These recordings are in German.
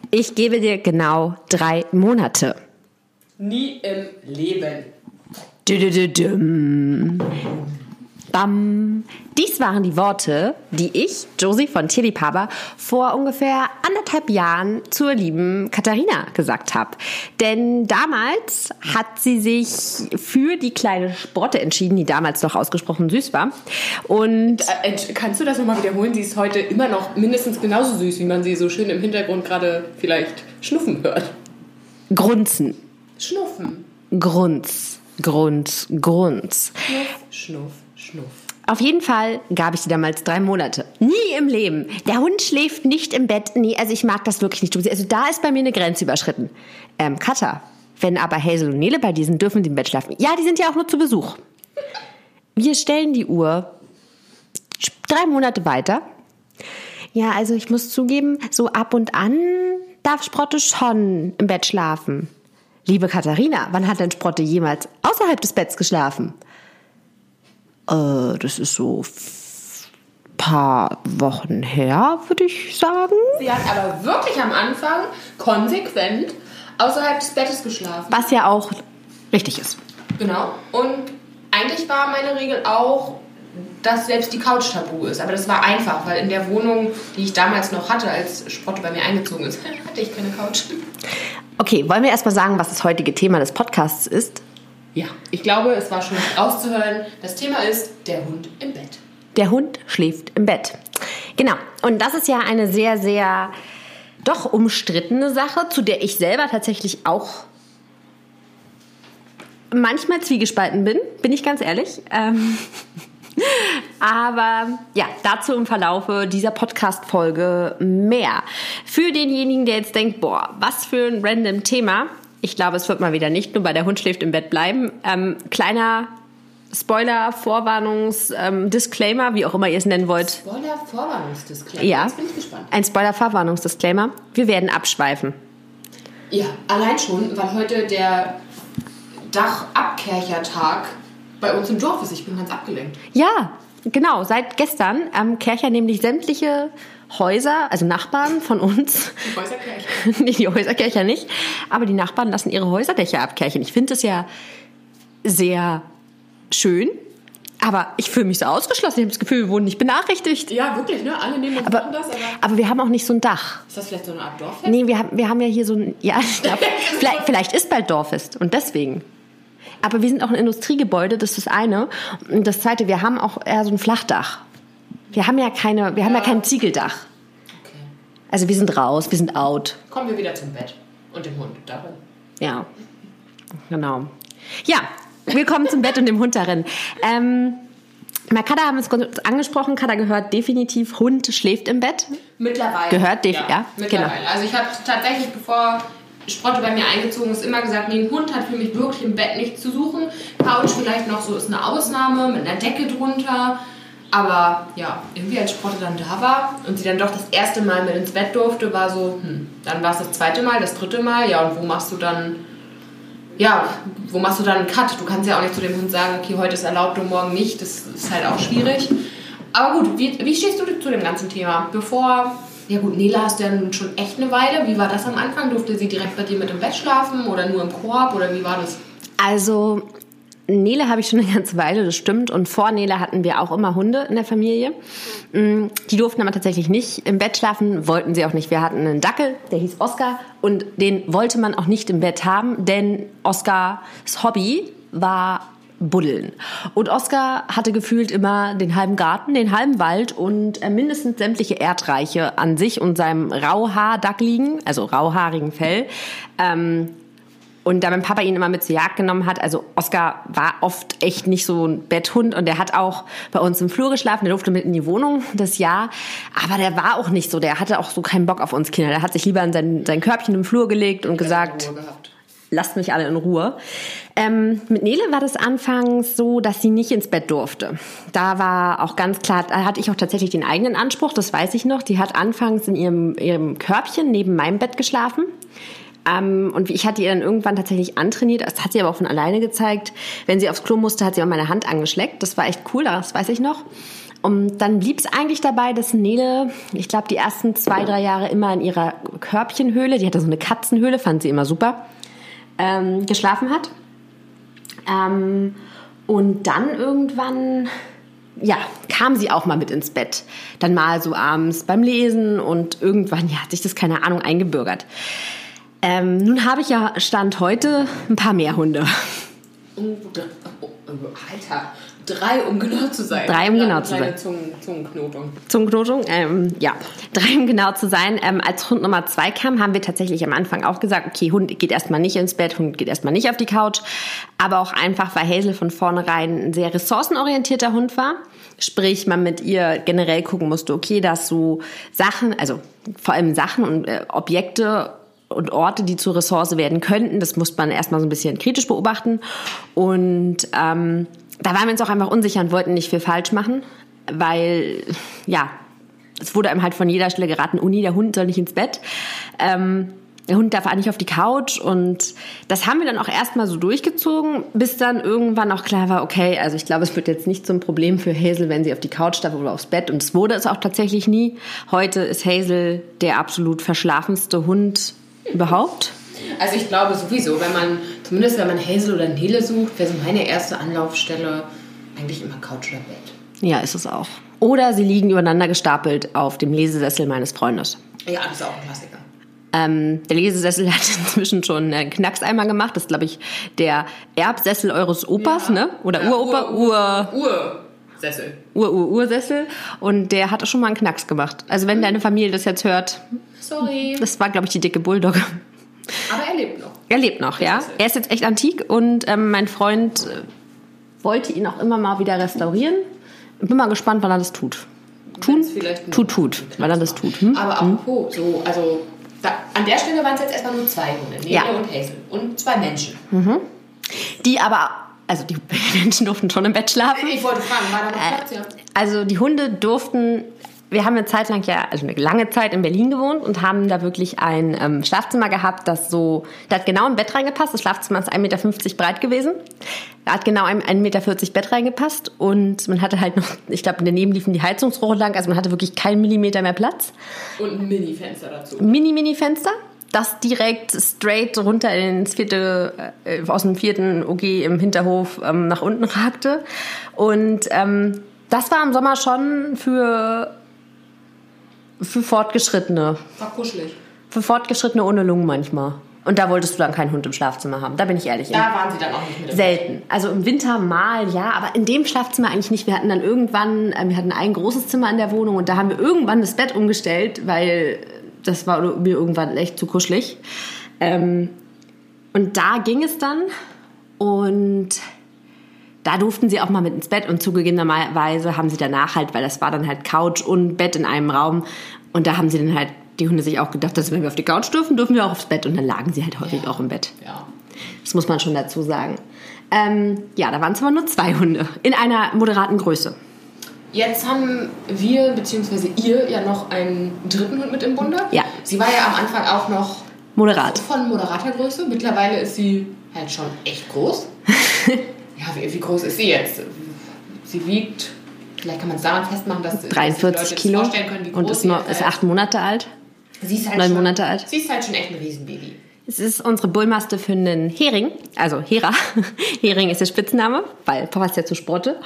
Ich gebe dir genau 3 Monate. Nie im Leben. Bam. Dies waren die Worte, die ich, Josie von Tierliebhaber, vor ungefähr 1,5 Jahren zur lieben Katharina gesagt habe. Denn damals hat sie sich für die kleine Sprotte entschieden, die damals noch ausgesprochen süß war. Und kannst du das nochmal wiederholen? Sie ist heute immer noch mindestens genauso süß, wie man sie so schön im Hintergrund gerade vielleicht schnuffen hört. Grunzen. Schnuffen. Grunz. Schnuff. Auf jeden Fall gab ich dir damals 3 Monate. Nie im Leben. Der Hund schläft nicht im Bett. Nee, also ich mag das wirklich nicht. Also da ist bei mir eine Grenze überschritten. Katha, wenn aber Hazel und Nele bei dir sind, dürfen die im Bett schlafen. Ja, die sind ja auch nur zu Besuch. Wir stellen die Uhr 3 Monate weiter. Ja, also ich muss zugeben, so ab und an darf Sprotte schon im Bett schlafen. Liebe Katharina, wann hat denn Sprotte jemals außerhalb des Betts geschlafen? Das ist so paar Wochen her, würde ich sagen. Sie hat aber wirklich am Anfang konsequent außerhalb des Bettes geschlafen. Was ja auch richtig ist. Genau. Und eigentlich war meine Regel auch, dass selbst die Couch tabu ist. Aber das war einfach, weil in der Wohnung, die ich damals noch hatte, als Sprotte bei mir eingezogen ist, hatte ich keine Couch. Okay, wollen wir erstmal sagen, was das heutige Thema des Podcasts ist? Ja, ich glaube, es war schon rauszuhören. Das Thema ist der Hund im Bett. Der Hund schläft im Bett. Genau. Und das ist ja eine sehr, sehr doch umstrittene Sache, zu der ich selber tatsächlich auch manchmal zwiegespalten bin ich ganz ehrlich. Aber ja, dazu im Verlaufe dieser Podcast-Folge mehr. Für denjenigen, der jetzt denkt, boah, was für ein random Thema. Ich glaube, es wird mal wieder nicht nur bei der Hund schläft im Bett bleiben. Kleiner Spoiler, Vorwarnungs-Disclaimer, wie auch immer ihr es nennen wollt. Spoiler-Vorwarnungsdisclaimer? Ja, jetzt bin ich gespannt. Ein Spoiler-Vorwarnungsdisclaimer. Wir werden abschweifen. Ja, allein schon, weil heute der Dachabkerchertag bei uns im Dorf ist. Ich bin ganz abgelenkt. Ja, genau. Seit gestern Kercher nämlich sämtliche Häuser, also Nachbarn von uns. Die Häuserkercher. Nee, die Häuserkercher nicht. Aber die Nachbarn lassen ihre Häuserdächer abkerchen. Ich finde das ja sehr schön. Aber ich fühle mich so ausgeschlossen. Ich habe das Gefühl, wir wurden nicht benachrichtigt. Ja, wirklich, ne? Alle nehmen uns machen das. Aber wir haben auch nicht so ein Dach. Ist das vielleicht so eine Art Dorffest? Nee, wir haben ja hier so ein... Ja, ich glaube, vielleicht ist bald Dorffest. Und deswegen... Aber wir sind auch ein Industriegebäude, das ist das eine. Und das zweite, wir haben auch eher so ein Flachdach. Wir haben ja kein Ziegeldach. Okay. Also wir sind raus, wir sind out. Kommen wir wieder zum Bett und dem Hund darin. Ja, genau. Ja, willkommen zum Bett und dem Hund darin. Bei Kada haben wir es kurz angesprochen. Kada gehört definitiv, Hund schläft im Bett. Mittlerweile. Gehört definitiv, ja. Mittlerweile. Genau. Also ich habe tatsächlich, bevor Sprotte bei mir eingezogen ist, immer gesagt, nee, ein Hund hat für mich wirklich im Bett nichts zu suchen. Couch vielleicht noch so ist eine Ausnahme mit einer Decke drunter. Aber ja, irgendwie als Sprotte dann da war und sie dann doch das erste Mal mit ins Bett durfte, war so, dann war es das zweite Mal, das dritte Mal, ja, und wo machst du dann einen Cut? Du kannst ja auch nicht zu dem Hund sagen, okay, heute ist erlaubt und morgen nicht, das ist halt auch schwierig. Aber gut, wie stehst du zu dem ganzen Thema? Ja gut, Nele hast du ja nun schon echt eine Weile. Wie war das am Anfang? Durfte sie direkt bei dir mit im Bett schlafen oder nur im Korb oder wie war das? Also Nele habe ich schon eine ganze Weile, das stimmt. Und vor Nele hatten wir auch immer Hunde in der Familie. Die durften aber tatsächlich nicht im Bett schlafen, wollten sie auch nicht. Wir hatten einen Dackel, der hieß Oscar und den wollte man auch nicht im Bett haben, denn Oscars Hobby war Buddeln. Und Oscar hatte gefühlt immer den halben Garten, den halben Wald und mindestens sämtliche Erdreiche an sich und seinem Rauhaardacklingen, also rauhaarigen Fell. Und da mein Papa ihn immer mit zur Jagd genommen hat, also Oscar war oft echt nicht so ein Betthund und der hat auch bei uns im Flur geschlafen, der durfte mit in die Wohnung das Jahr, aber der war auch nicht so, der hatte auch so keinen Bock auf uns Kinder, der hat sich lieber in sein Körbchen im Flur gelegt und gesagt, lasst mich alle in Ruhe. Mit Nele war das anfangs so, dass sie nicht ins Bett durfte. Da war auch ganz klar, da hatte ich auch tatsächlich den eigenen Anspruch, das weiß ich noch. Die hat anfangs in ihrem Körbchen neben meinem Bett geschlafen. Und ich hatte ihr dann irgendwann tatsächlich antrainiert, das hat sie aber auch von alleine gezeigt. Wenn sie aufs Klo musste, hat sie auch meine Hand angeschleckt. Das war echt cool, das weiß ich noch. Und dann blieb es eigentlich dabei, dass Nele, ich glaube, die ersten 2-3 Jahre immer in ihrer Körbchenhöhle, die hatte so eine Katzenhöhle, fand sie immer super, geschlafen hat. Und dann irgendwann, ja, kam sie auch mal mit ins Bett. Dann mal so abends beim Lesen und irgendwann, ja, hat sich das, keine Ahnung, eingebürgert. Nun habe ich ja Stand heute ein paar mehr Hunde. Alter, 3, um genau zu sein. 3, um genau zu sein. Zungenknotung. Zungenknotung, ja. 3, um genau zu sein. Als Hund Nummer 2 kam, haben wir tatsächlich am Anfang auch gesagt, okay, Hund geht erstmal nicht ins Bett, Hund geht erstmal nicht auf die Couch. Aber auch einfach, weil Hazel von vornherein ein sehr ressourcenorientierter Hund war. Sprich, man mit ihr generell gucken musste, okay, dass so Sachen, also vor allem Sachen und Objekte und Orte, die zur Ressource werden könnten, das muss man erstmal so ein bisschen kritisch beobachten. Und da waren wir uns auch einfach unsicher und wollten nicht viel falsch machen, weil, ja, es wurde einem halt von jeder Stelle geraten, Uni, der Hund soll nicht ins Bett. Der Hund darf eigentlich auf die Couch und das haben wir dann auch erstmal so durchgezogen, bis dann irgendwann auch klar war, okay, also ich glaube, es wird jetzt nicht zum Problem für Hazel, wenn sie auf die Couch darf oder aufs Bett und es wurde es auch tatsächlich nie. Heute ist Hazel der absolut verschlafenste Hund überhaupt. Also ich glaube sowieso, zumindest wenn man Hazel oder Nele sucht, wäre so meine erste Anlaufstelle eigentlich immer Couch oder Bett. Ja, ist es auch. Oder sie liegen übereinander gestapelt auf dem Lesesessel meines Freundes. Ja, das ist auch ein Klassiker. Der Lesesessel hat inzwischen schon einen Knackseimer gemacht. Das ist, glaube ich, der Erbsessel eures Opas, ne? Oder ja, Uropa? Ursessel. Ursessel. Und der hat auch schon mal einen Knacks gemacht. Also wenn deine Familie das jetzt hört. Sorry. Das war, glaube ich, die dicke Bulldogge. Aber er lebt noch. Er lebt noch, ja. Er ist jetzt echt antik und mein Freund wollte ihn auch immer mal wieder restaurieren. Ich bin mal gespannt, wann er das tut. Wann er das tut. Aber apropos, an der Stelle waren es jetzt erstmal nur 2 Hunde, Nele und Hazel. Und 2 Menschen. Mhm. Die aber, also die Menschen durften schon im Bett schlafen. Ich wollte fragen, war da noch Platz? Ja. Also die Hunde durften, wir haben eine lange Zeit in Berlin gewohnt und haben da wirklich ein Schlafzimmer gehabt, da hat genau im Bett reingepasst. Das Schlafzimmer ist 1,50 Meter breit gewesen. Da hat genau 1,40 Meter Bett reingepasst und man hatte halt noch, ich glaube, daneben liefen die Heizungsrohre lang, also man hatte wirklich keinen Millimeter mehr Platz. Und ein Mini-Fenster dazu. Mini-Fenster, das direkt straight runter aus dem 4. OG im Hinterhof nach unten ragte. Und das war im Sommer schon für Fortgeschrittene. War kuschelig. Für Fortgeschrittene ohne Lungen manchmal. Und da wolltest du dann keinen Hund im Schlafzimmer haben. Da bin ich ehrlich. Da waren sie dann auch nicht mit. Selten. Also im Winter mal, ja, aber in dem Schlafzimmer eigentlich nicht. Wir hatten dann irgendwann, wir hatten ein großes Zimmer in der Wohnung und da haben wir irgendwann das Bett umgestellt, weil das war mir irgendwann echt zu kuschelig. Und da ging es dann und da durften sie auch mal mit ins Bett und zugegebenerweise haben sie danach halt, weil das war dann halt Couch und Bett in einem Raum und da haben sie dann halt die Hunde sich auch gedacht, dass wenn wir auf die Couch dürfen wir auch aufs Bett und dann lagen sie halt häufig auch im Bett. Ja. Das muss man schon dazu sagen. Da waren es aber nur 2 Hunde in einer moderaten Größe. Jetzt haben wir, beziehungsweise ihr, ja noch einen 3. Hund mit im Bunde. Ja. Sie war ja am Anfang auch noch moderat. Von moderater Größe. Mittlerweile ist sie halt schon echt groß. Ja, wie groß ist sie jetzt? Sie wiegt, vielleicht kann man es daran festmachen, dass 43 Kilo vorstellen können, wie groß und ist 8 Monate alt. Sie ist halt 9 Monate alt. Sie ist halt schon echt ein Riesenbaby. Es ist unsere Bullmastiffin Hering, also Hera. Hering ist der Spitzname, weil Papa ist ja zu Sprotte.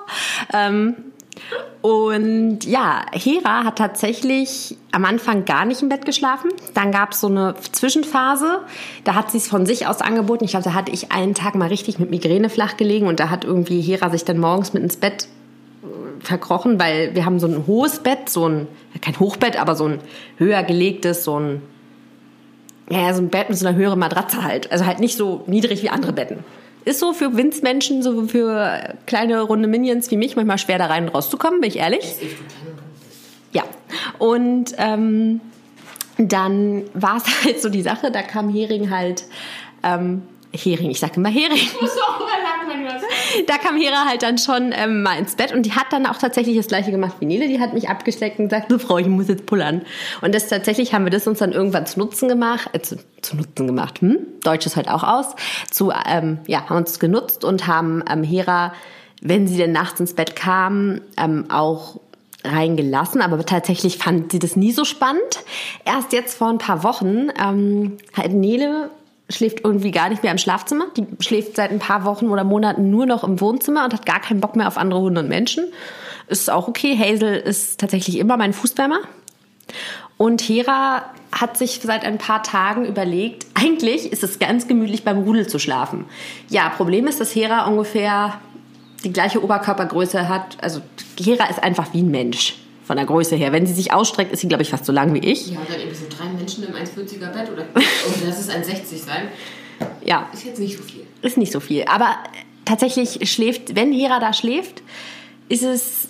Und ja, Hera hat tatsächlich am Anfang gar nicht im Bett geschlafen. Dann gab es so eine Zwischenphase, da hat sie es von sich aus angeboten. Ich glaube, da hatte ich einen Tag mal richtig mit Migräne flach gelegen und da hat irgendwie Hera sich dann morgens mit ins Bett verkrochen, weil wir haben so ein hohes Bett, kein Hochbett, aber so ein höher gelegtes, so ein Bett mit so einer höheren Matratze halt. Also halt nicht so niedrig wie andere Betten. Ist so für Winzmenschen, so für kleine runde Minions wie mich manchmal schwer da rein und rauszukommen, bin ich ehrlich. Ja. Und dann war es halt so die Sache, da kam Hering halt, ich sage immer Hering. Ich muss auch mal lachen, wenn du das sagst. Da kam Hera halt dann schon mal ins Bett und die hat dann auch tatsächlich das Gleiche gemacht wie Nele. Die hat mich abgesteckt und gesagt, so Frau, ich muss jetzt pullern. Und tatsächlich haben wir das uns dann irgendwann zu Nutzen gemacht. Deutsch ist halt auch aus. Haben uns genutzt und haben Hera wenn sie denn nachts ins Bett kam, auch reingelassen, aber tatsächlich fand sie das nie so spannend. Erst jetzt vor ein paar Wochen, Nele schläft irgendwie gar nicht mehr im Schlafzimmer. Die schläft seit ein paar Wochen oder Monaten nur noch im Wohnzimmer und hat gar keinen Bock mehr auf andere Hunde und Menschen. Ist auch okay. Hazel ist tatsächlich immer mein Fußwärmer. Und Hera hat sich seit ein paar Tagen überlegt, eigentlich ist es ganz gemütlich beim Rudel zu schlafen. Ja, Problem ist, dass Hera ungefähr die gleiche Oberkörpergröße hat. Also Hera ist einfach wie ein Mensch von der Größe her. Wenn sie sich ausstreckt, ist sie, glaube ich, fast so lang wie ich. Ja, und dann irgendwie so 3 Menschen im 1,40er Bett oder das ist 1,60 sein. Ja. Ist jetzt nicht so viel. Ist nicht so viel. Aber tatsächlich schläft, wenn Hera da schläft, ist es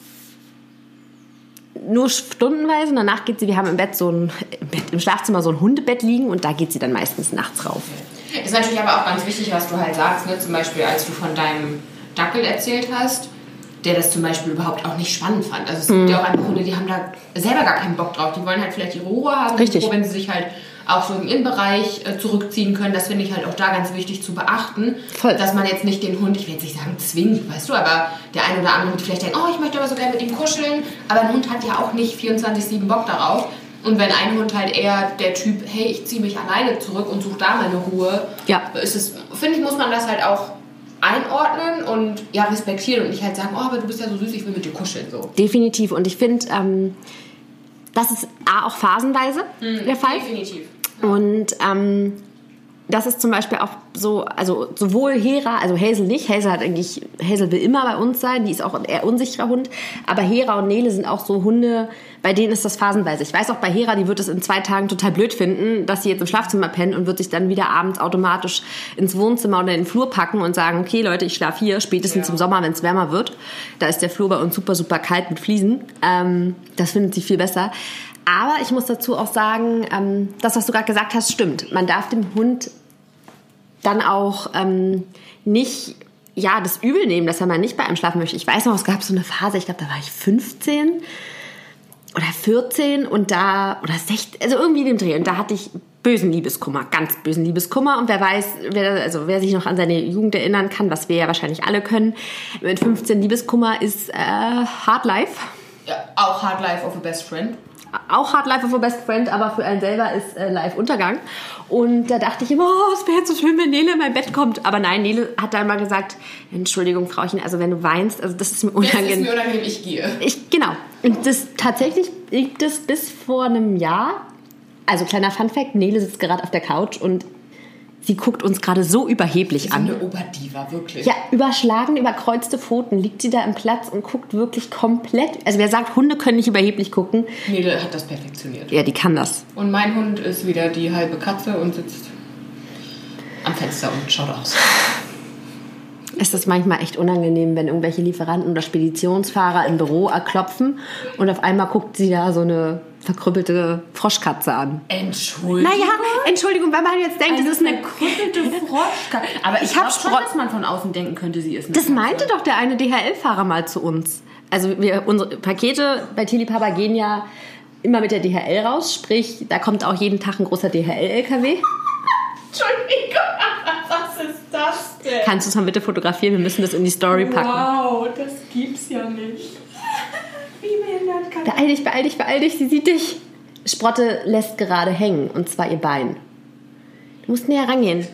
nur stundenweise. Und danach geht sie, wir haben im Schlafzimmer so ein Hundebett liegen und da geht sie dann meistens nachts rauf. Ist natürlich aber auch ganz wichtig, was du halt sagst, ne? Zum Beispiel, als du von deinem Dackel erzählt hast, der das zum Beispiel überhaupt auch nicht spannend fand. Also es gibt ja auch einfach Hunde, die haben da selber gar keinen Bock drauf. Die wollen halt vielleicht ihre Ruhe haben. Richtig. Froh, wenn sie sich halt auch so im Innenbereich zurückziehen können. Das finde ich halt auch da ganz wichtig zu beachten. Voll. Dass man jetzt nicht den Hund, ich will jetzt nicht sagen zwingt, weißt du, aber der eine oder andere Hund vielleicht denkt, oh, ich möchte aber so gerne mit ihm kuscheln. Aber ein Hund hat ja auch nicht 24/7 Bock darauf. Und wenn ein Hund halt eher der Typ, hey, ich ziehe mich alleine zurück und suche da meine Ruhe, ist es, finde ich, muss man das halt auch einordnen und ja, respektieren und nicht halt sagen, oh, aber du bist ja so süß, ich will mit dir kuscheln. So. Definitiv. Und ich finde, das ist auch phasenweise der Fall. Definitiv. Und das ist zum Beispiel auch so, also sowohl Hera, also Hazel nicht, Hazel will immer bei uns sein, die ist auch ein eher unsicherer Hund, aber Hera und Nele sind auch so Hunde, bei denen ist das phasenweise. Ich weiß auch bei Hera, die wird es in 2 Tagen total blöd finden, dass sie jetzt im Schlafzimmer pennt und wird sich dann wieder abends automatisch ins Wohnzimmer oder in den Flur packen und sagen, okay Leute, ich schlafe hier, spätestens im Sommer, wenn es wärmer wird. Da ist der Flur bei uns super, super kalt mit Fliesen. Das findet sie viel besser. Aber ich muss dazu auch sagen, das, was du gerade gesagt hast, stimmt. Man darf dem Hund dann auch nicht das übel nehmen, dass er mal nicht bei einem schlafen möchte. Ich weiß noch, es gab so eine Phase, ich glaube, da war ich 15 oder 14 und oder 16, also irgendwie in dem Dreh. Und da hatte ich bösen Liebeskummer, ganz bösen Liebeskummer. Und wer weiß, wer sich noch an seine Jugend erinnern kann, was wir ja wahrscheinlich alle können, mit 15 Liebeskummer ist Hard Life. Ja, auch Hard Life of a Best Friend. Auch Hard Life of a Best Friend, aber für einen selber ist Life Untergang. Und da dachte ich immer, oh, es wäre jetzt so schön, wenn Nele in mein Bett kommt. Aber nein, Nele hat dann mal gesagt, Entschuldigung, Frauchen, also wenn du weinst, also das ist mir unangenehm. Das ist mir unangenehm, ich gehe. Genau. Und das tatsächlich liegt es bis vor einem Jahr. Also kleiner Funfact, Nele sitzt gerade auf der Couch und sie guckt uns gerade so überheblich an. So eine Oberdiva, wirklich. Ja, überkreuzte Pfoten liegt sie da im Platz und guckt wirklich komplett. Also wer sagt, Hunde können nicht überheblich gucken? Nele hat das perfektioniert. Ja, die kann das. Und mein Hund ist wieder die halbe Katze und sitzt am Fenster und schaut aus. Es ist manchmal echt unangenehm, wenn irgendwelche Lieferanten oder Speditionsfahrer im Büro klopfen und auf einmal guckt sie da so eine verkrüppelte Froschkatze an. Entschuldigung? Naja, Entschuldigung, wenn man jetzt denkt, Also das ist eine verkrüppelte Froschkatze. Aber ich habe schon, dass man von außen denken könnte, sie ist eine Das Katze. meinte doch der eine DHL-Fahrer mal zu uns. Also unsere Pakete bei Tierliebhaber gehen ja immer mit der DHL raus, sprich, da kommt auch jeden Tag ein großer DHL-LKW. Entschuldigung, was ist das denn? Kannst du es mal bitte fotografieren? Wir müssen das in die Story packen. Wow, das gibt's ja nicht. Wie behindert kann Beeil dich, sie sieht dich. Sprotte lässt gerade hängen, und zwar ihr Bein. Du musst näher rangehen.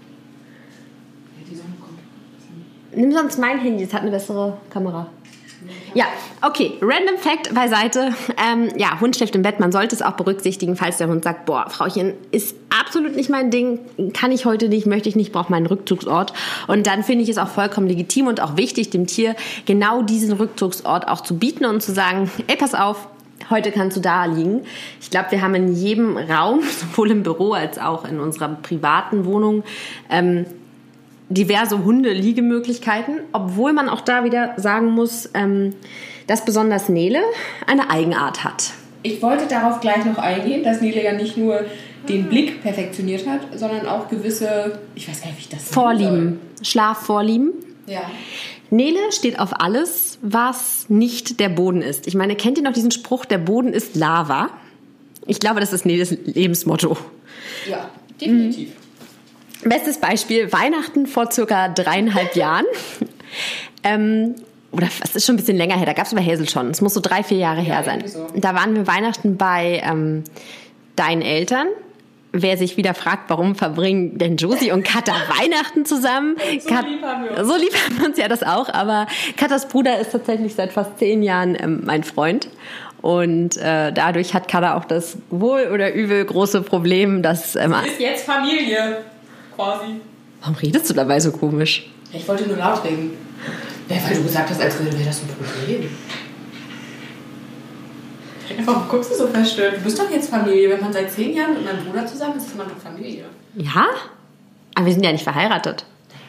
Die Sonne kommt. Nimm sonst mein Handy, das hat eine bessere Kamera. Ja, okay, Random Fact beiseite. Hund schläft im Bett, man sollte es auch berücksichtigen, falls der Hund sagt, boah, Frauchen, ist absolut nicht mein Ding, kann ich heute nicht, möchte ich nicht, brauche meinen Rückzugsort. Und dann finde ich es auch vollkommen legitim und auch wichtig, dem Tier genau diesen Rückzugsort auch zu bieten und zu sagen, ey, pass auf, heute kannst du da liegen. Ich glaube, wir haben in jedem Raum, sowohl im Büro als auch in unserer privaten Wohnung, diverse Hunde-Liegemöglichkeiten, obwohl man auch da wieder sagen muss, dass besonders Nele eine Eigenart hat. Ich wollte darauf gleich noch eingehen, dass Nele ja nicht nur den Blick perfektioniert hat, sondern auch gewisse, ich weiß gar nicht, wie ich das Vorlieben, Schlafvorlieben. Ja. Nele steht auf alles, was nicht der Boden ist. Ich meine, kennt ihr noch diesen Spruch, der Boden ist Lava? Ich glaube, das ist Neles Lebensmotto. Ja, definitiv. Bestes Beispiel, Weihnachten vor circa 3,5 Jahren. Oder es ist schon ein bisschen länger her, da gab es aber Hazel schon. Es muss so 3-4 Jahre her sein. So. Da waren wir Weihnachten bei deinen Eltern. Wer sich wieder fragt, warum verbringen denn Josie und Katha Weihnachten zusammen? So lieb haben wir uns. So lieb haben wir uns ja das auch, aber Kathas Bruder ist tatsächlich seit fast 10 Jahren mein Freund. Und dadurch hat Katha auch das wohl oder übel große Problem, dass... ist jetzt Familie, quasi. Warum redest du dabei so komisch? Ich wollte nur laut reden. Ja, weil du gesagt hast, als wäre das ein Problem. Warum guckst du so verstört? Du bist doch jetzt Familie. Wenn man seit 10 Jahren mit meinem Bruder zusammen ist, ist man doch Familie. Ja? Aber wir sind ja nicht verheiratet.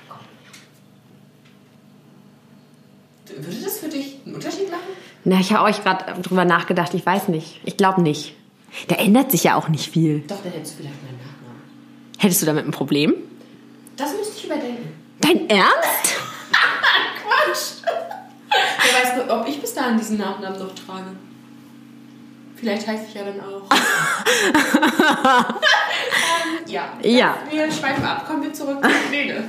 Würde das für dich einen Unterschied machen? Na, ich habe euch gerade drüber nachgedacht. Ich weiß nicht. Ich glaube nicht. Da ändert sich ja auch nicht viel. Doch, dann hättest du vielleicht meinen Nachnamen. Hättest du damit ein Problem? Das müsste ich überdenken. Dein Ernst? Quatsch! Wer weiß, ob ich bis dahin diesen Nachnamen noch trage. Vielleicht heiße ich ja dann auch. Ja. Wir schweifen ab. Kommen wir zurück zur Rede.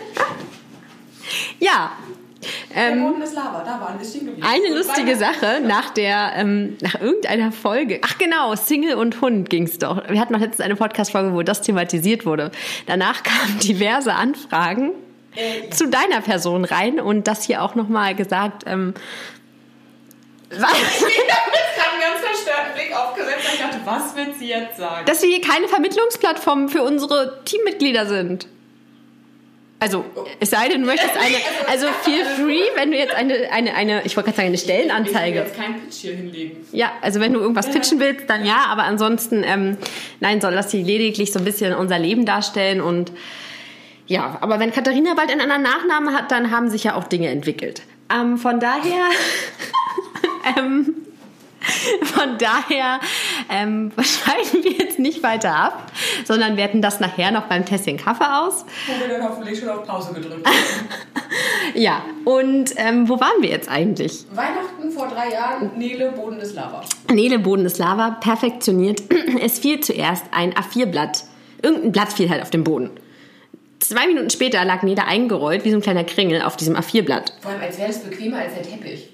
Ja. Der Boden ist Lava. Da waren wir stehen geblieben. Eine lustige Sache nach irgendeiner Folge. Ach genau, Single und Hund ging's doch. Wir hatten noch letztens eine Podcast-Folge, wo das thematisiert wurde. Danach kamen diverse Anfragen zu deiner Person rein und das hier auch nochmal gesagt. Ich habe jetzt gerade einen ganz verstörten Blick aufgesetzt und ich dachte, was wird sie jetzt sagen? Dass wir hier keine Vermittlungsplattform für unsere Teammitglieder sind. Also, es sei denn, du möchtest also feel free, wenn du jetzt eine ich wollte gerade sagen, eine Stellenanzeige. Ich will jetzt keinen Pitch hier hinlegen. Ja, also wenn du irgendwas pitchen willst, dann ja, aber ansonsten, nein, soll das hier lediglich so ein bisschen unser Leben darstellen und ja, aber wenn Katharina bald einen anderen Nachnamen hat, dann haben sich ja auch Dinge entwickelt. Von daher... schweifen wir jetzt nicht weiter ab, sondern werten das nachher noch beim Tässchen Kaffee aus. Wo wir dann hoffentlich schon auf Pause gedrückt haben. Ja, und wo waren wir jetzt eigentlich? Weihnachten vor 3 Jahren, Nele, Boden ist Lava. Nele, Boden ist Lava, perfektioniert. Es fiel zuerst ein A4-Blatt. Irgendein Blatt fiel halt auf den Boden. 2 Minuten später lag Nele eingerollt, wie so ein kleiner Kringel, auf diesem A4-Blatt. Vor allem, als wäre es bequemer als der Teppich.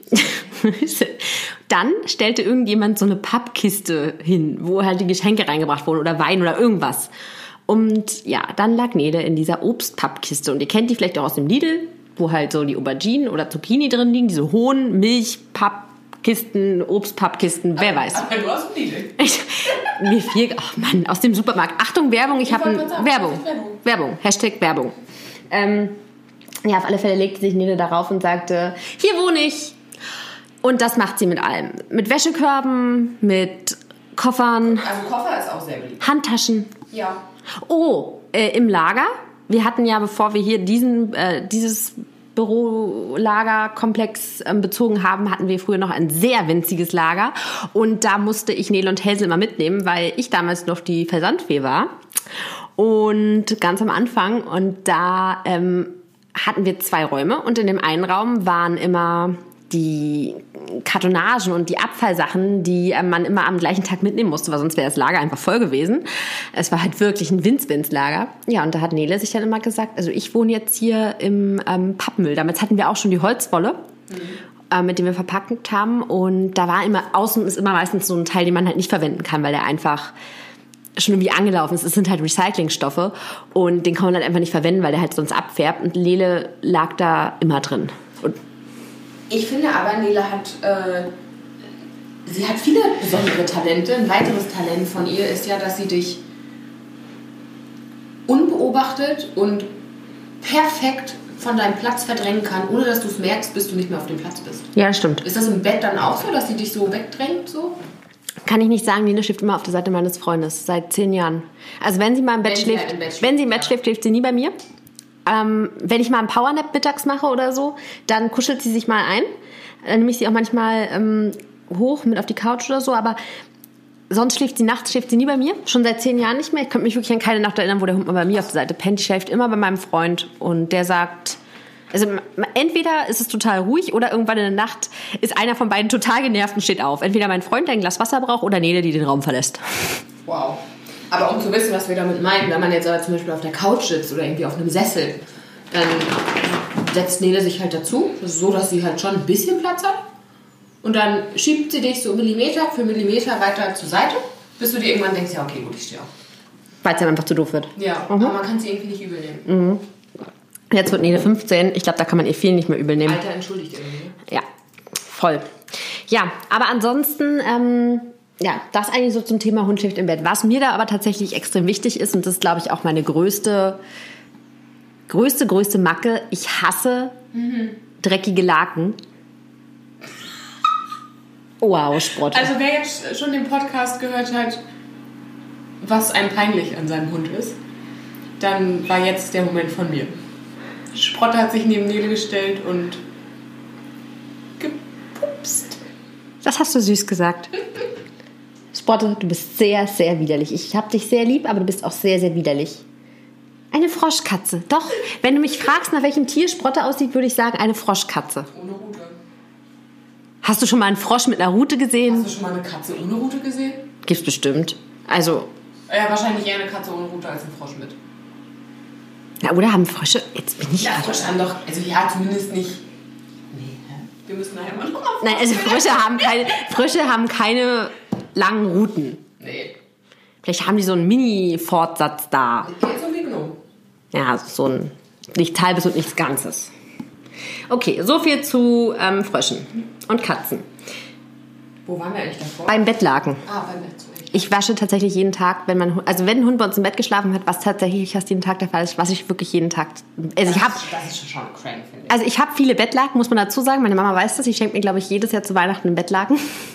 Dann stellte irgendjemand so eine Pappkiste hin, wo halt die Geschenke reingebracht wurden oder Wein oder irgendwas. Und ja, dann lag Nele in dieser Obstpappkiste. Und ihr kennt die vielleicht auch aus dem Lidl, wo halt so die Auberginen oder Zucchini drin liegen, diese hohen Milchpappkisten, Obstpappkisten, wer weiß. Aber du aus dem Lidl. Mir fiel, aus dem Supermarkt. Achtung, Werbung, ich habe Werbung, Hashtag Werbung. Ja, auf alle Fälle legte sich Nele darauf und sagte, hier wohne ich. Und das macht sie mit allem. Mit Wäschekörben, mit Koffern. Also Koffer ist auch sehr beliebt. Handtaschen. Ja. Oh, im Lager. Wir hatten ja, bevor wir hier dieses Bürolagerkomplex bezogen haben, hatten wir früher noch ein sehr winziges Lager. Und da musste ich Nele und Hazel immer mitnehmen, weil ich damals noch die Versandfee war. Und ganz am Anfang. Und da hatten wir 2 Räume. Und in dem einen Raum waren immer die Kartonagen und die Abfallsachen, die man immer am gleichen Tag mitnehmen musste, weil sonst wäre das Lager einfach voll gewesen. Es war halt wirklich ein Winz-Winz-Lager. Ja, und da hat Nele sich dann immer gesagt, also ich wohne jetzt hier im Pappmüll. Damals hatten wir auch schon die Holzwolle, mit dem wir verpackt haben. Und da war immer, außen ist immer meistens so ein Teil, den man halt nicht verwenden kann, weil der einfach schon irgendwie angelaufen ist. Es sind halt Recyclingstoffe und den kann man halt einfach nicht verwenden, weil der halt sonst abfärbt. Und Nele lag da immer drin. Und ich finde aber, Nele hat, sie hat viele besondere Talente. Ein weiteres Talent von ihr ist ja, dass sie dich unbeobachtet und perfekt von deinem Platz verdrängen kann, ohne dass du es merkst, bis du nicht mehr auf dem Platz bist. ja, das stimmt. Ist das im Bett dann auch so, dass sie dich so wegdrängt? So? Kann ich nicht sagen, Nele schläft immer auf der Seite meines Freundes, seit 10 Jahren. Also wenn sie mal im Bett schläft, wenn sie im Bett schläft, schläft sie nie bei mir. Wenn ich mal einen Powernap mittags mache oder so, dann kuschelt sie sich mal ein. Dann nehme ich sie auch manchmal hoch mit auf die Couch oder so, aber sonst schläft sie nie bei mir. Schon seit 10 Jahren nicht mehr. Ich könnte mich wirklich an keine Nacht erinnern, wo der Hund mal bei mir auf der Seite pennt. Die schläft immer bei meinem Freund und der sagt, also entweder ist es total ruhig oder irgendwann in der Nacht ist einer von beiden total genervt und steht auf. Entweder mein Freund, der ein Glas Wasser braucht, oder Nele, die den Raum verlässt. Wow. Aber um zu wissen, was wir damit meinen, wenn man jetzt aber zum Beispiel auf der Couch sitzt oder irgendwie auf einem Sessel, dann setzt Nele sich halt dazu. Das ist so, dass sie halt schon ein bisschen Platz hat. Und dann schiebt sie dich so Millimeter für Millimeter weiter zur Seite, bis du dir irgendwann denkst, ja okay, gut, ich stehe auf. Weil es dann einfach zu doof wird. Ja, aber man kann sie irgendwie nicht übel nehmen. Jetzt wird Nele 15. Ich glaube, da kann man ihr viel nicht mehr übel nehmen. Alter, entschuldigt irgendwie. Ja, voll. Ja, aber ansonsten, das eigentlich so zum Thema Hund schläft im Bett. Was mir da aber tatsächlich extrem wichtig ist, und das ist, glaube ich, auch meine größte Macke, ich hasse dreckige Laken. Wow, Sprott. Also wer jetzt schon den Podcast gehört hat, was einem peinlich an seinem Hund ist, dann war jetzt der Moment von mir. Sprotte hat sich neben Nele gestellt und gepupst. Das hast du süß gesagt. Sprotte, du bist sehr, sehr widerlich. Ich hab dich sehr lieb, aber du bist auch sehr, sehr widerlich. Eine Froschkatze. Doch, wenn du mich fragst, nach welchem Tier Sprotte aussieht, würde ich sagen, eine Froschkatze. Ohne Rute. Hast du schon mal einen Frosch mit einer Rute gesehen? Hast du schon mal eine Katze ohne Rute gesehen? Gibt's bestimmt. Also... Ja, wahrscheinlich eher eine Katze ohne Rute als ein Frosch mit. Na, oder haben Frösche... Jetzt bin ich... Ja, Frösche haben doch... Also ja, zumindest nicht... Nee, wir müssen nachher mal noch... Nein, also Frösche haben keine langen Ruten. Nee. Vielleicht haben die so einen Mini-Fortsatz da. Geht so wie Gnome. Ja, so ein nichts Halbes und nichts Ganzes. Okay, so viel zu Fröschen und Katzen. Wo waren wir eigentlich davor? Beim Bettlaken. Beim Bett. Ich wasche tatsächlich jeden Tag, wenn ein Hund bei uns im Bett geschlafen hat, was tatsächlich fast jeden Tag der Fall ist, wasche ich wirklich jeden Tag. Also das ist schon crank, finde ich. Also ich habe viele Bettlaken, muss man dazu sagen. Meine Mama weiß das. Ich schenke mir, glaube ich, jedes Jahr zu Weihnachten einen Bettlaken.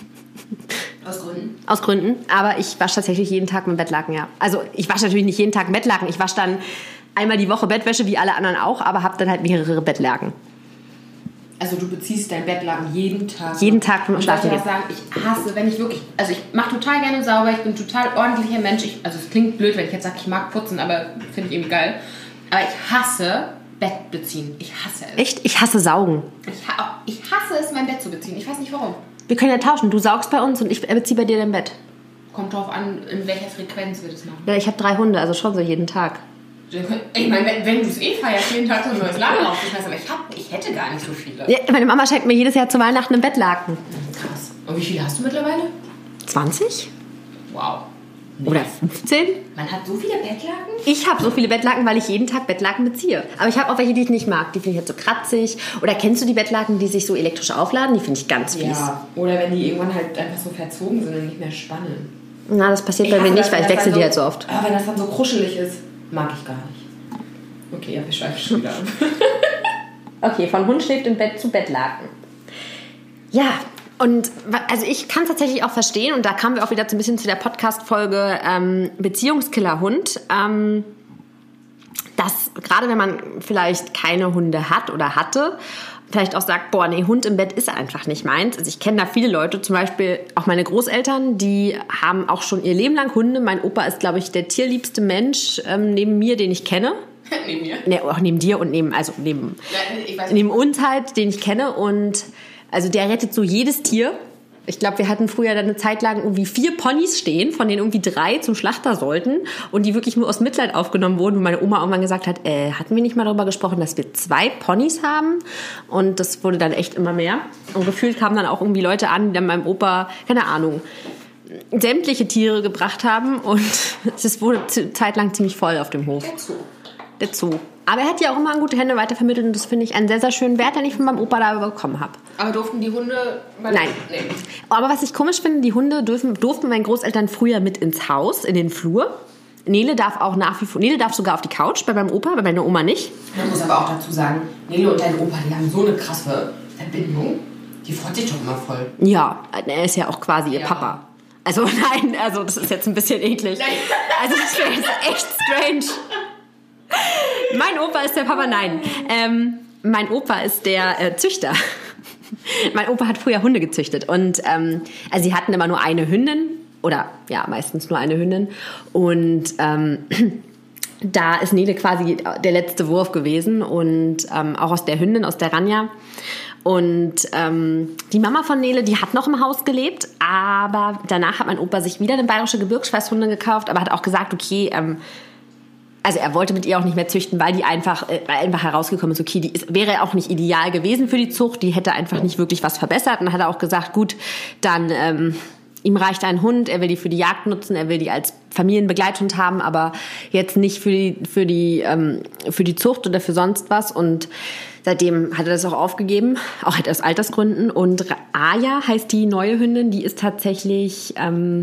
Aus Gründen? Aus Gründen. Aber ich wasche tatsächlich jeden Tag mit Bettlaken, ja. Also ich wasche natürlich nicht jeden Tag Bettlaken. Ich wasche dann einmal die Woche Bettwäsche, wie alle anderen auch, aber habe dann halt mehrere Bettlaken. Also du beziehst dein Bettlaken jeden Tag? Jeden Tag vom Schlafen gehen. Ich sagen, ich hasse, wenn ich wirklich... Also ich mache total gerne sauber, ich bin ein total ordentlicher Mensch. Also es klingt blöd, wenn ich jetzt sage, ich mag putzen, aber finde ich irgendwie geil. Aber ich hasse Bett beziehen. Ich hasse es. Echt? Ich hasse Saugen. Ich hasse es, mein Bett zu beziehen. Ich weiß nicht warum. Wir können ja tauschen. Du saugst bei uns und ich beziehe bei dir dein Bett. Kommt drauf an, in welcher Frequenz wir das machen. Ja, ich habe 3 Hunde, also schon so jeden Tag. Ich meine, wenn du es feierst, jeden Tag so ein neues Laken aufzuschmeißen, aber ich hätte gar nicht so viele. Ja, meine Mama schenkt mir jedes Jahr zu Weihnachten einen Bettlaken. Krass. Und wie viele hast du mittlerweile? 20? Wow. Nee. Oder 15? Man hat so viele Bettlaken? Ich habe so viele Bettlaken, weil ich jeden Tag Bettlaken beziehe. Aber ich habe auch welche, die ich nicht mag. Die finde ich halt so kratzig. Oder kennst du die Bettlaken, die sich so elektrisch aufladen? Die finde ich ganz fies. Ja, oder wenn die irgendwann halt einfach so verzogen sind und nicht mehr spannen. Na, das passiert bei mir nicht, weil ich wechsle die halt so oft. Aber wenn das dann so kuschelig ist, mag ich gar nicht. Okay, ja, wir schweifen schon wieder ab. Okay, von Hund schläft im Bett zu Bettlaken. Ja, und also ich kann es tatsächlich auch verstehen, und da kamen wir auch wieder so ein bisschen zu der Podcast-Folge Beziehungskiller-Hund, dass gerade wenn man vielleicht keine Hunde hat oder hatte, vielleicht auch sagt, boah, nee, Hund im Bett ist einfach nicht meins. Also ich kenne da viele Leute, zum Beispiel auch meine Großeltern, die haben auch schon ihr Leben lang Hunde. Mein Opa ist, glaube ich, der tierliebste Mensch neben mir, den ich kenne. Neben mir? Ne, auch neben dir und neben uns halt, den ich kenne. Und also der rettet so jedes Tier. Ich glaube, wir hatten früher dann eine Zeit lang irgendwie 4 Ponys stehen, von denen irgendwie 3 zum Schlachter sollten und die wirklich nur aus Mitleid aufgenommen wurden. Und meine Oma irgendwann gesagt hat, hatten wir nicht mal darüber gesprochen, dass wir 2 Ponys haben? Und das wurde dann echt immer mehr. Und gefühlt kamen dann auch irgendwie Leute an, die dann meinem Opa, keine Ahnung, sämtliche Tiere gebracht haben. Und es wurde zeitlang ziemlich voll auf dem Hof. Der Zoo. Aber er hat ja auch immer an gute Hände weitervermittelt und das finde ich einen sehr, sehr schönen Wert, den ich von meinem Opa da bekommen habe. Aber durften die Hunde... Nein. Nee. Aber was ich komisch finde, die Hunde durften meinen Großeltern früher mit ins Haus, in den Flur. Nele darf sogar auf die Couch, bei meinem Opa, bei meiner Oma nicht. Man muss aber auch dazu sagen, Nele und dein Opa, die haben so eine krasse Verbindung. Die freut sich doch immer voll. Ja, er ist ja auch quasi ihr Papa. Also nein, also das ist jetzt ein bisschen eklig. Nein. Also das wäre jetzt echt strange. Mein Opa ist der Papa, nein. Mein Opa ist der Züchter. Mein Opa hat früher Hunde gezüchtet und also sie hatten immer nur eine Hündin oder ja, meistens nur eine Hündin und da ist Nele quasi der letzte Wurf gewesen und auch aus der Hündin, aus der Ranja. Und die Mama von Nele, die hat noch im Haus gelebt, aber danach hat mein Opa sich wieder eine bayerische Gebirgsschweißhunde gekauft, aber hat auch gesagt, okay, also er wollte mit ihr auch nicht mehr züchten, weil einfach herausgekommen ist, okay, wäre auch nicht ideal gewesen für die Zucht, die hätte einfach nicht wirklich was verbessert. Und dann hat er auch gesagt, gut, dann ihm reicht ein Hund, er will die für die Jagd nutzen, er will die als Familienbegleithund haben, aber jetzt nicht für die Zucht oder für sonst was. Und seitdem hat er das auch aufgegeben, auch aus Altersgründen. Und Aya heißt die neue Hündin, die ist tatsächlich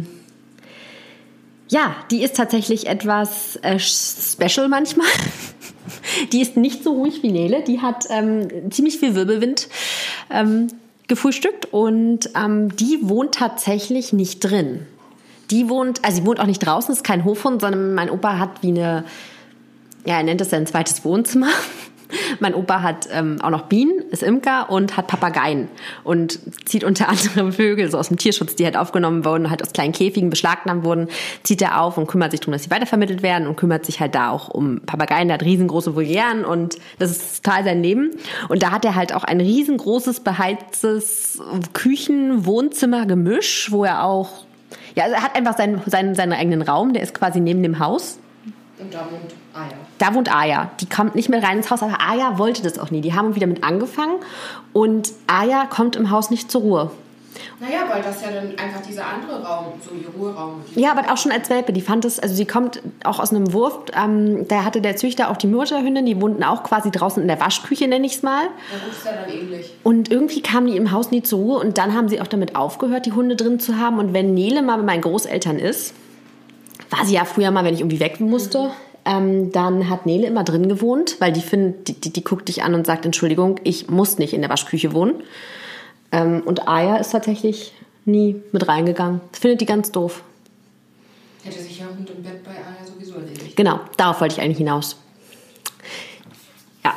die ist tatsächlich etwas special manchmal. Die ist nicht so ruhig wie Nele. Die hat ziemlich viel Wirbelwind gefrühstückt und die wohnt tatsächlich nicht drin. Sie wohnt auch nicht draußen, ist kein Hofhund, sondern mein Opa hat er nennt es sein zweites Wohnzimmer. Mein Opa hat auch noch Bienen, ist Imker und hat Papageien und zieht unter anderem Vögel so aus dem Tierschutz, die halt aufgenommen wurden, halt aus kleinen Käfigen beschlagnahmt wurden, zieht er auf und kümmert sich darum, dass sie weitervermittelt werden und kümmert sich halt da auch um Papageien. Der hat riesengroße Volieren und das ist total sein Leben. Und da hat er halt auch ein riesengroßes beheiztes Küchen-Wohnzimmer-Gemisch, wo er auch, also er hat einfach seinen eigenen Raum, der ist quasi neben dem Haus. Und da wohnt Aya. Da wohnt Aya. Die kommt nicht mehr rein ins Haus, aber Aya wollte das auch nie. Die haben wieder mit angefangen und Aya kommt im Haus nicht zur Ruhe. Naja, weil das ja dann einfach dieser andere Raum, so ihr Ruheraum ist. Ja, aber auch schon als Welpe. Die fand es, also sie kommt auch aus einem Wurf. Da hatte der Züchter auch die Mutterhündin, die wohnten auch quasi draußen in der Waschküche, nenne ich es mal. Ja, gut, ist ja dann ähnlich. Und irgendwie kamen die im Haus nie zur Ruhe und dann haben sie auch damit aufgehört, die Hunde drin zu haben. Und wenn Nele mal bei meinen Großeltern ist, war sie ja früher mal, wenn ich irgendwie weg musste, dann hat Nele immer drin gewohnt, weil die guckt dich an und sagt, Entschuldigung, ich muss nicht in der Waschküche wohnen. Und Aya ist tatsächlich nie mit reingegangen. Das findet die ganz doof. Hätte sich ja Hund im Bett bei Aya sowieso erledigt. Genau, darauf wollte ich eigentlich hinaus. Ja.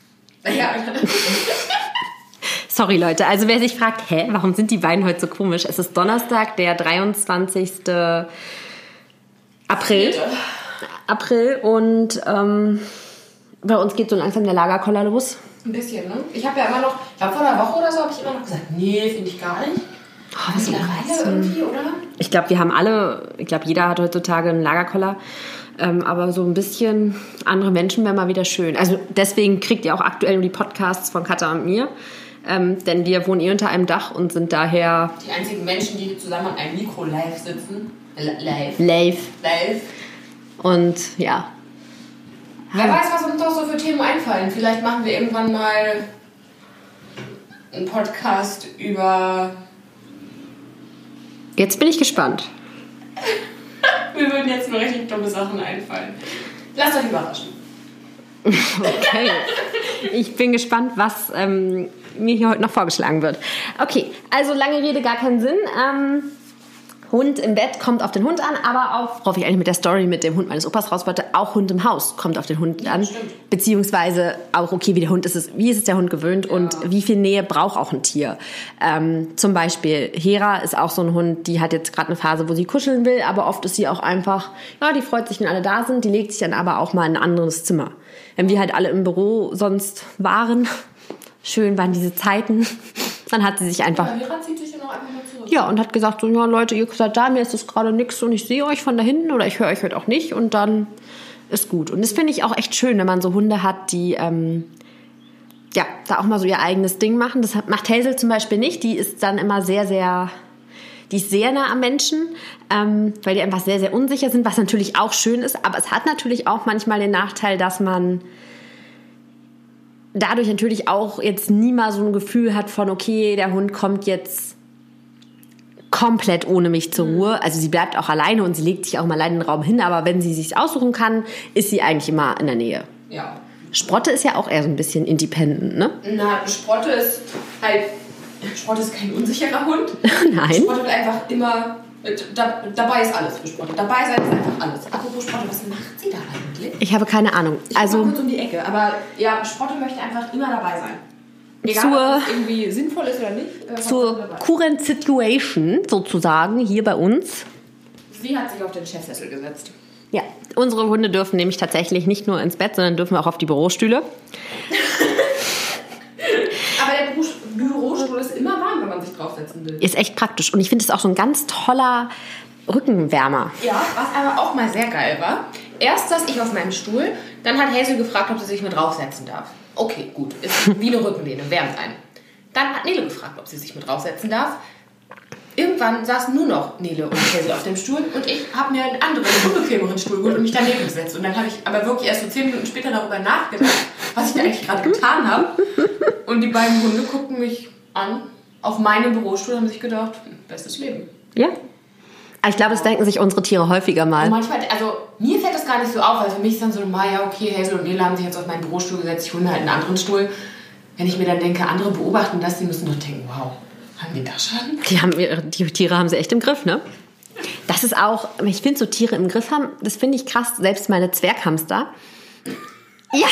Sorry, Leute. Also wer sich fragt, warum sind die beiden heute so komisch? Es ist Donnerstag, der 23. April und bei uns geht so langsam der Lagerkoller los. Ein bisschen, ne? Ich habe ja immer noch, vor einer Woche oder so habe ich immer noch gesagt, nee, finde ich gar nicht. Was mittlerweile irgendwie, oder? Ich glaube, jeder hat heutzutage einen Lagerkoller. Aber so ein bisschen andere Menschen wäre mal wieder schön. Also deswegen kriegt ihr auch aktuell nur die Podcasts von Katha und mir. Denn wir wohnen unter einem Dach und sind daher... Die einzigen Menschen, die zusammen an einem Mikro live sitzen. Live. Und ja. Wer weiß, was uns doch so für Themen einfallen. Vielleicht machen wir irgendwann mal einen Podcast über... Jetzt bin ich gespannt. Mir würden jetzt nur richtig dumme Sachen einfallen. Lasst euch überraschen. Okay. Ich bin gespannt, was mir hier heute noch vorgeschlagen wird. Okay, also lange Rede, gar keinen Sinn. Hund im Bett kommt auf den Hund an, aber auch, worauf ich eigentlich mit der Story mit dem Hund meines Opas raus wollte, auch Hund im Haus kommt auf den Hund an. Stimmt. Beziehungsweise auch, okay, wie ist es der Hund gewöhnt und wie viel Nähe braucht auch ein Tier. Zum Beispiel Hera ist auch so ein Hund, die hat jetzt gerade eine Phase, wo sie kuscheln will, aber oft ist sie auch einfach, die freut sich, wenn alle da sind, die legt sich dann aber auch mal in ein anderes Zimmer. Wenn wir halt alle im Büro sonst waren, schön waren diese Zeiten, dann hat sie sich einfach... Ja, Hera zieht sich dann auch einfach mal zurück. Ja, und hat gesagt, so, ja Leute, ihr seid da, mir ist das gerade nichts und ich sehe euch von da hinten oder ich höre euch heute auch nicht und dann ist gut. Und das finde ich auch echt schön, wenn man so Hunde hat, die da auch mal so ihr eigenes Ding machen. Das macht Hazel zum Beispiel nicht, die ist dann immer sehr, sehr... Die ist sehr nah am Menschen, weil die einfach sehr, sehr unsicher sind, was natürlich auch schön ist. Aber es hat natürlich auch manchmal den Nachteil, dass man dadurch natürlich auch jetzt nie mal so ein Gefühl hat von, okay, der Hund kommt jetzt komplett ohne mich zur Ruhe. Also sie bleibt auch alleine und sie legt sich auch mal alleine in den Raum hin. Aber wenn sie sich aussuchen kann, ist sie eigentlich immer in der Nähe. Ja. Sprotte ist ja auch eher so ein bisschen independent, ne? Na, Sprotte ist kein unsicherer Hund. Nein. Sprotte will einfach immer... dabei ist alles für Sprotte. Dabei sein ist einfach alles. Apropos Sprotte, was macht sie da eigentlich? Ich habe keine Ahnung. Ich guck mal kurz um die Ecke. Aber ja, Sprotte möchte einfach immer dabei sein. Egal, ob es irgendwie sinnvoll ist oder nicht. Zur Current Situation sozusagen hier bei uns. Sie hat sich auf den Chefsessel gesetzt. Ja, unsere Hunde dürfen nämlich tatsächlich nicht nur ins Bett, sondern dürfen auch auf die Bürostühle. Aber der Bürostuhl ist immer warm, wenn man sich draufsetzen will. Ist echt praktisch. Und ich finde es auch so ein ganz toller Rückenwärmer. Ja, was aber auch mal sehr geil war. erst saß ich auf meinem Stuhl, dann hat Hazel gefragt, ob sie sich mit draufsetzen darf. Okay, gut, ist wie eine Rückenlehne, wärmt einen. Dann hat Nele gefragt, ob sie sich mit draufsetzen darf. Irgendwann saßen nur noch Nele und Hazel auf dem Stuhl und ich habe mir einen anderen, unbequemeren Stuhl geholt und mich daneben gesetzt. Und dann habe ich aber wirklich erst so 10 Minuten später darüber nachgedacht, was ich da eigentlich gerade getan habe. Und die beiden Hunde gucken mich an. Auf meinem Bürostuhl haben sich gedacht, bestes Leben. Ja. Ich glaube, das denken sich unsere Tiere häufiger mal. Und manchmal, also mir fällt das gar nicht so auf, weil für mich ist dann so normal, ja okay, Hazel und Nele haben sich jetzt auf meinen Bürostuhl gesetzt, ich hole mir halt einen anderen Stuhl. Wenn ich mir dann denke, andere beobachten das, die müssen doch denken, wow, haben die das schon? Die Tiere haben sie echt im Griff, ne? Das ist auch, ich finde, so Tiere im Griff haben, das finde ich krass. Selbst meine Zwerghamster. Ja,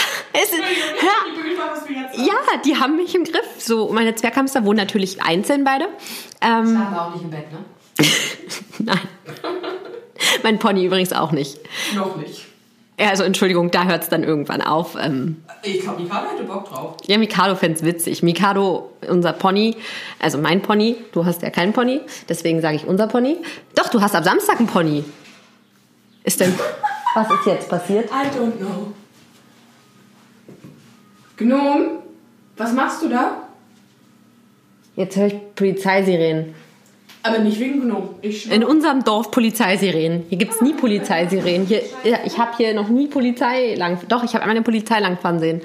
die haben mich im Griff. So, meine Zwerghamster wohnen natürlich einzeln beide. Schlafen wir auch nicht im Bett, ne? Nein. Mein Pony übrigens auch nicht. Noch nicht. Ja, also Entschuldigung, da hört es dann irgendwann auf. Ich glaube, Mikado hätte Bock drauf. Ja, Mikado fände es witzig. Mikado, unser Pony, also mein Pony, du hast ja keinen Pony, deswegen sage ich unser Pony. Doch, du hast ab Samstag einen Pony. Was ist jetzt passiert? I don't know. Gnome, was machst du da? Jetzt höre ich Polizeisirenen. Aber nicht wegen Gnome. In unserem Dorf Polizeisirenen. Hier gibt es nie Polizeisirenen. Ich habe hier noch nie Polizei lang... Doch, ich habe einmal eine Polizei langfahren sehen.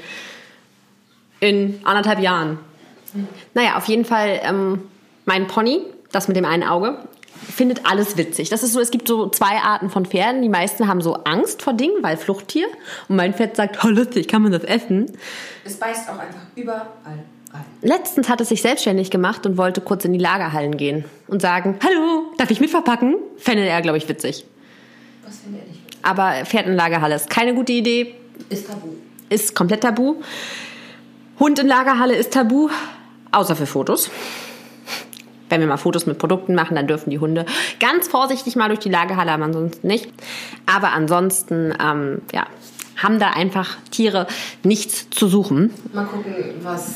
In 1,5 Jahren. Naja, auf jeden Fall mein Pony, das mit dem einen Auge, findet alles witzig. Das ist so, es gibt so 2 Arten von Pferden. Die meisten haben so Angst vor Dingen, weil Fluchttier. Und mein Pferd sagt, oh lustig, kann man das essen? Es beißt auch einfach überall rein. Letztens hat es sich selbstständig gemacht und wollte kurz in die Lagerhallen gehen und sagen, hallo, darf ich mitverpacken? Fände er, glaube ich, witzig. Was finde er nicht? Aber Pferd in Lagerhalle ist keine gute Idee. Ist tabu. Ist komplett tabu. Hund in Lagerhalle ist tabu, außer für Fotos. Wenn wir mal Fotos mit Produkten machen, dann dürfen die Hunde ganz vorsichtig mal durch die Lagerhalle, aber ansonsten nicht. Aber ansonsten, haben da einfach Tiere nichts zu suchen. Mal gucken, was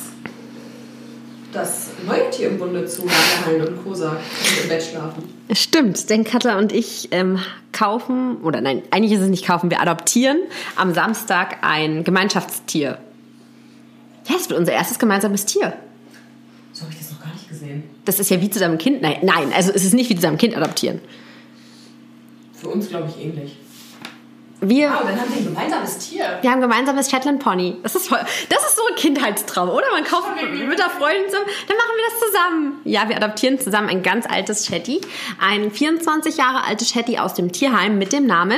das neue Tier im Bunde zu Lagerhallen und Co. sagt, wenn wir im Bett schlafen. Stimmt, denn Katja und ich kaufen, oder nein, eigentlich ist es nicht kaufen, wir adoptieren am Samstag ein Gemeinschaftstier. Ja, es wird unser erstes gemeinsames Tier. So habe ich das noch gar nicht gesehen. Das ist ja wie zu deinem Kind. Nein, also es ist nicht wie zu deinem Kind adoptieren. Für uns, glaube ich, ähnlich. Dann haben wir ein gemeinsames Tier. Wir haben ein gemeinsames Shetland Pony. Das ist so ein Kindheitstraum, oder? Man kauft mit der Freundin zusammen, dann machen wir das zusammen. Ja, wir adoptieren zusammen ein ganz altes Shetty. Ein 24 Jahre altes Shetty aus dem Tierheim mit dem Namen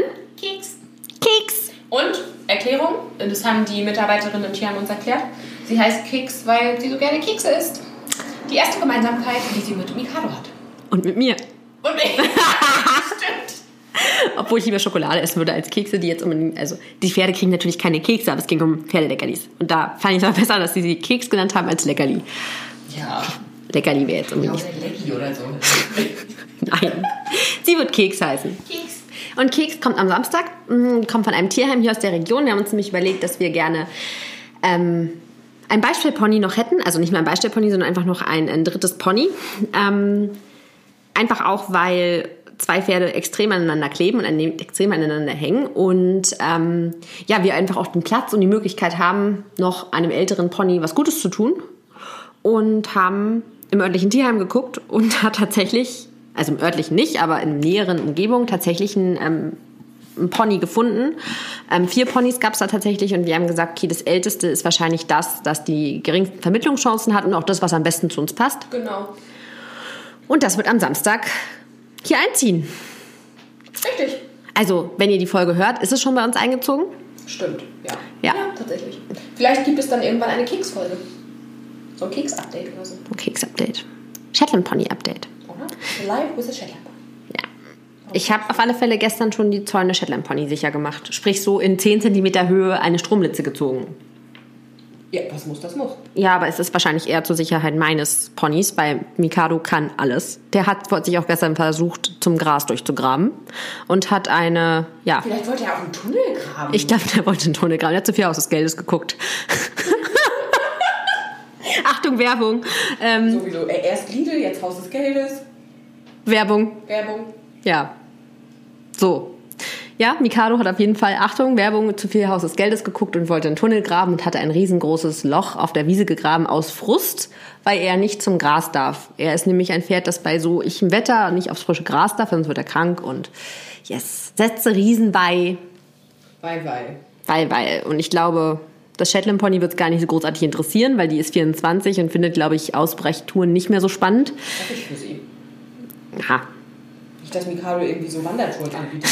Keks. Und, Erklärung, das haben die Mitarbeiterinnen im Tierheim uns erklärt, sie heißt Keks, weil sie so gerne Kekse isst. Die erste Gemeinsamkeit, die sie mit Mikado hat. Und mit mir. Und mich. Stimmt. Obwohl ich lieber Schokolade essen würde als Kekse, die jetzt unbedingt... Also, die Pferde kriegen natürlich keine Kekse, aber es ging um Pferdeleckerlis. Und da fand ich es aber besser, dass sie Keks genannt haben als Leckerli. Ja. Leckerli wäre jetzt unbedingt... Ja, oder Lecki oder so. Nein. Sie wird Keks heißen. Keks. Und Keks kommt am Samstag, kommt von einem Tierheim hier aus der Region. Wir haben uns nämlich überlegt, dass wir gerne ein Beistellpony noch hätten. Also nicht mehr ein Beistellpony, sondern einfach noch ein drittes Pony. Einfach auch, weil 2 Pferde extrem aneinander kleben und extrem aneinander hängen. Und wir einfach auch den Platz und die Möglichkeit haben, noch einem älteren Pony was Gutes zu tun. Und haben im örtlichen Tierheim geguckt und hat tatsächlich... Also im örtlichen nicht, aber in näheren Umgebungen tatsächlich ein Pony gefunden. 4 Ponys gab es da tatsächlich und wir haben gesagt, okay, das Älteste ist wahrscheinlich das die geringsten Vermittlungschancen hat und auch das, was am besten zu uns passt. Genau. Und das wird am Samstag hier einziehen. Richtig. Also, wenn ihr die Folge hört, ist es schon bei uns eingezogen? Stimmt, ja. Ja, tatsächlich. Vielleicht gibt es dann irgendwann eine Keksfolge. So ein Keks-Update oder so. Ein Keks-Update. Shetland Pony-Update. Live with a Shetland Pony. Ja. Ich habe auf alle Fälle gestern schon die Zäune Shetland Pony sicher gemacht. Sprich, so in 10 cm Höhe eine Stromlitze gezogen. Ja, das muss. Ja, aber es ist wahrscheinlich eher zur Sicherheit meines Ponys, weil Mikado kann alles. Der hat sich auch gestern versucht, zum Gras durchzugraben und hat eine, ja... Vielleicht wollte er auch einen Tunnel graben. Ich glaube, der wollte einen Tunnel graben. Er hat zu viel Haus des Geldes geguckt. Achtung, Werbung. Sowieso. Erst Lidl, jetzt Haus des Geldes. Werbung. Werbung. Ja. So. Ja, Mikado hat auf jeden Fall, Achtung, Werbung, zu viel Haus des Geldes geguckt und wollte einen Tunnel graben und hatte ein riesengroßes Loch auf der Wiese gegraben aus Frust, weil er nicht zum Gras darf. Er ist nämlich ein Pferd, das bei so ichem Wetter nicht aufs frische Gras darf, sonst wird er krank und yes, setze Riesen bei. Weil. Und ich glaube, das Shetland Pony wird es gar nicht so großartig interessieren, weil die ist 24 und findet, glaube ich, Ausbrechtouren nicht mehr so spannend. Das ist für sie. Ja. Nicht, dass Mikado irgendwie so Wandertouren anbietet.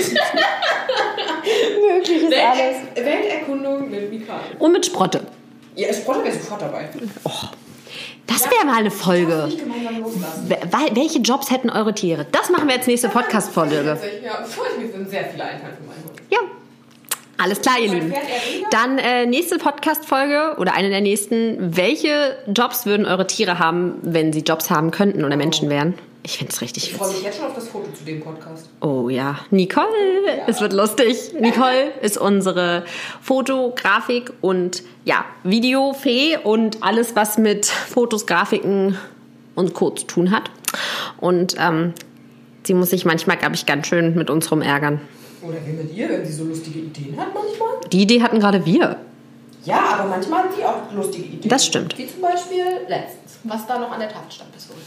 Möglich ist alles. Welterkundung mit Mikado. Und mit Sprotte. Ja, Sprotte wäre sofort dabei. Oh, das wäre mal eine Folge. Nicht gemeinsam loslassen. Welche Jobs hätten eure Tiere? Das machen wir als nächste Podcast-Folge. Ja, mir sind sehr viele Einfallen für meinen Hund. Ja. Alles klar, ihr Lieben. Dann nächste Podcast-Folge oder eine der nächsten. Welche Jobs würden eure Tiere haben, wenn sie Jobs haben könnten oder Menschen wären? Ich finde es richtig Ich freue mich witzig. jetzt schon auf das Foto zu dem Podcast. Oh ja, Nicole, es wird lustig. Nicole ist unsere Fotografik und ja, Videofee und alles, was mit Fotos, Grafiken und Co. zu tun hat. Und sie muss sich manchmal, glaube ich, ganz schön mit uns rumärgern. Oder wie mit ihr, wenn sie so lustige Ideen hat manchmal. Die Idee hatten gerade wir. Ja, aber manchmal hat sie auch lustige Ideen. Das stimmt. Wie zum Beispiel letztens, was da noch an der Tafel stand bis heute.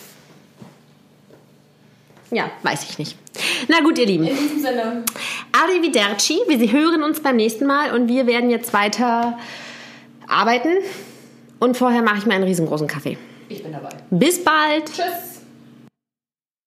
Ja, weiß ich nicht. Na gut, ihr Lieben. In diesem Sinne. Arrivederci. Wir hören uns beim nächsten Mal und wir werden jetzt weiter arbeiten. Und vorher mache ich mir einen riesengroßen Kaffee. Ich bin dabei. Bis bald. Tschüss.